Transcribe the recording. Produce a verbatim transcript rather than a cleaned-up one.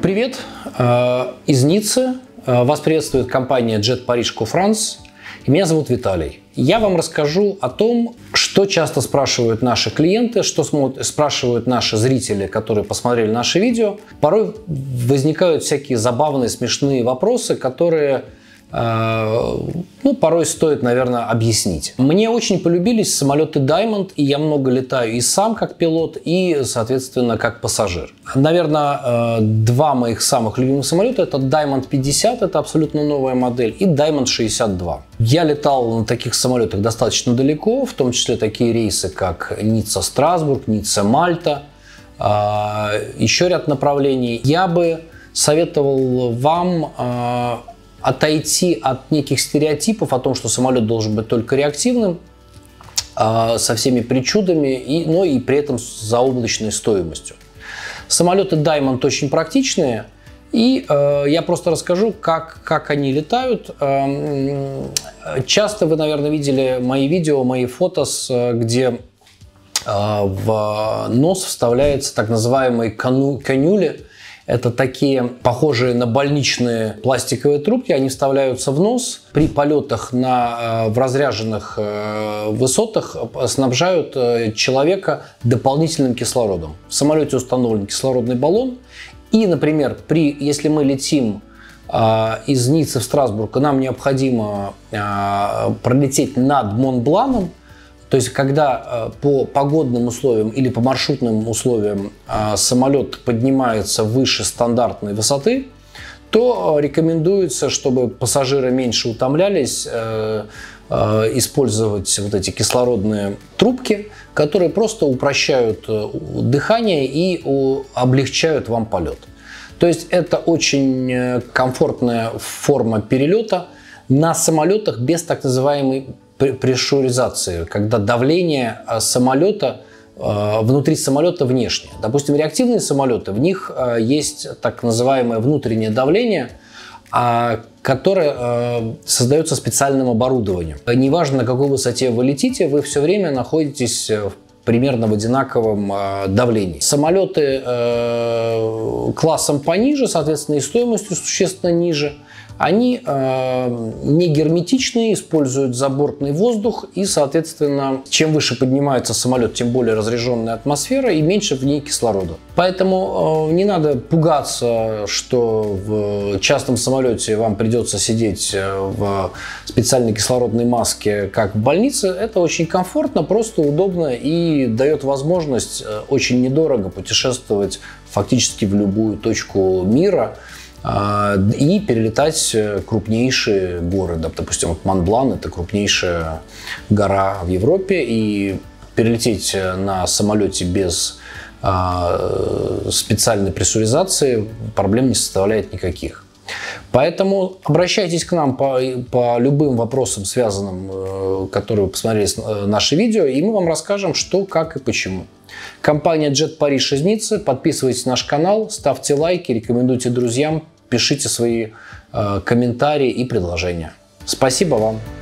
привет! Из Ниццы вас приветствует компания Jet Paris Co France. И меня зовут Виталий. Я вам расскажу о том, что часто спрашивают наши клиенты, что спрашивают наши зрители, которые посмотрели наши видео. Порой возникают всякие забавные, смешные вопросы, которые ну, порой стоит, наверное, объяснить. Мне очень полюбились самолеты Diamond, и я много летаю и сам как пилот, и, соответственно, как пассажир. Наверное, два моих самых любимых самолета — это Diamond пятьдесят, это абсолютно новая модель, и Diamond шестьдесят два. Я летал на таких самолетах достаточно далеко, в том числе такие рейсы, как Ницца-Страсбург, Ницца-Мальта, еще ряд направлений. Я бы советовал вам отойти от неких стереотипов о том, что самолет должен быть только реактивным, со всеми причудами, и, но и при этом с заоблачной стоимостью. Самолеты Diamond очень практичные, и э, я просто расскажу, как, как они летают. Э, часто вы, наверное, видели мои видео, мои фото, где э, в нос вставляется так называемые каню, канюли. Это такие похожие на больничные пластиковые трубки, они вставляются в нос. При полетах на, в разряженных высотах снабжают человека дополнительным кислородом. В самолете установлен кислородный баллон. И, например, при, если мы летим из Ниццы в Страсбург, и нам необходимо пролететь над Монбланом, то есть, когда по погодным условиям или по маршрутным условиям самолет поднимается выше стандартной высоты, то рекомендуется, чтобы пассажиры меньше утомлялись, использовать вот эти кислородные трубки, которые просто упрощают дыхание и облегчают вам полет. То есть, это очень комфортная форма перелета на самолетах без так называемой прессуризации, когда давление самолета внутри самолета внешнее. Допустим, реактивные самолеты, в них есть так называемое внутреннее давление, которое создается специальным оборудованием. Неважно, на какой высоте вы летите, вы все время находитесь в примерно в одинаковом давлении. Самолеты классом пониже, соответственно, и стоимостью существенно ниже, они э, не герметичные, используют забортный воздух, и, соответственно, чем выше поднимается самолет, тем более разряженная атмосфера и меньше в ней кислорода. Поэтому э, не надо пугаться, что в частном самолете вам придется сидеть в специальной кислородной маске, как в больнице. Это очень комфортно, просто удобно и дает возможность очень недорого путешествовать фактически в любую точку мира и перелетать крупнейшие горы. Допустим, Монблан — это крупнейшая гора в Европе, и перелететь на самолете без специальной прессуризации проблем не составляет никаких. Поэтому обращайтесь к нам по, по любым вопросам, связанным, которые вы посмотрели наши видео, и мы вам расскажем, что, как и почему. Компания Jet Paris из Ниццы. Подписывайтесь на наш канал, ставьте лайки, рекомендуйте друзьям, пишите свои э, комментарии и предложения. Спасибо вам!